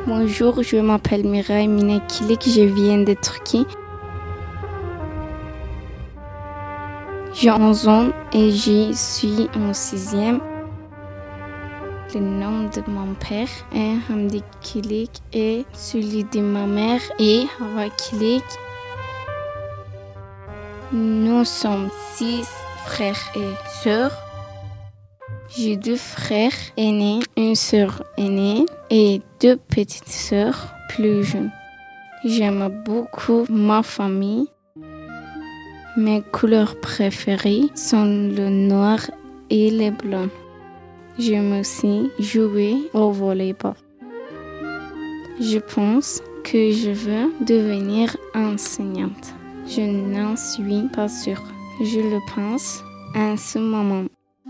Bonjour, je m'appelle Miray Minakilik, je viens de Turquie. J'ai 11 ans et je suis en 6e. Le nom de mon père est Hamdi Kilik et celui de ma mère est Hawa Kilik. Nous sommes 6 frères et sœurs. J'ai 2 frères aînés, une sœur aînée et 2 petites sœurs plus jeunes. J'aime beaucoup ma famille. Mes couleurs préférées sont le noir et le blanc. J'aime aussi jouer au volleyball. Je pense que je veux devenir enseignante. Je n'en suis pas sûre. Je le pense en ce moment.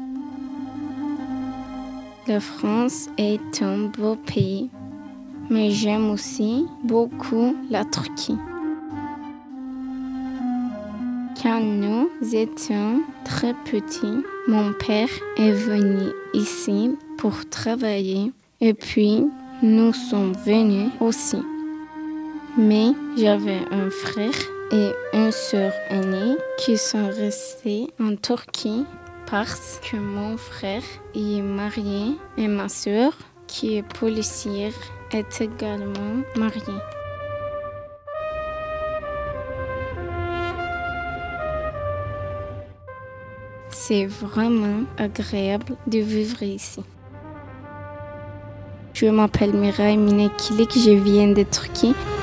La France est un beau pays, mais j'aime aussi beaucoup la Turquie. Quand nous étions très petits, mon père est venu ici pour travailler et puis nous sommes venus aussi. Mais j'avais un frère et une sœur aînée qui sont restés en Turquie parce que mon frère y est marié et ma sœur, qui est policière, est également mariée. C'est vraiment agréable de vivre ici. Je m'appelle Miray Minakilik, je viens de Turquie.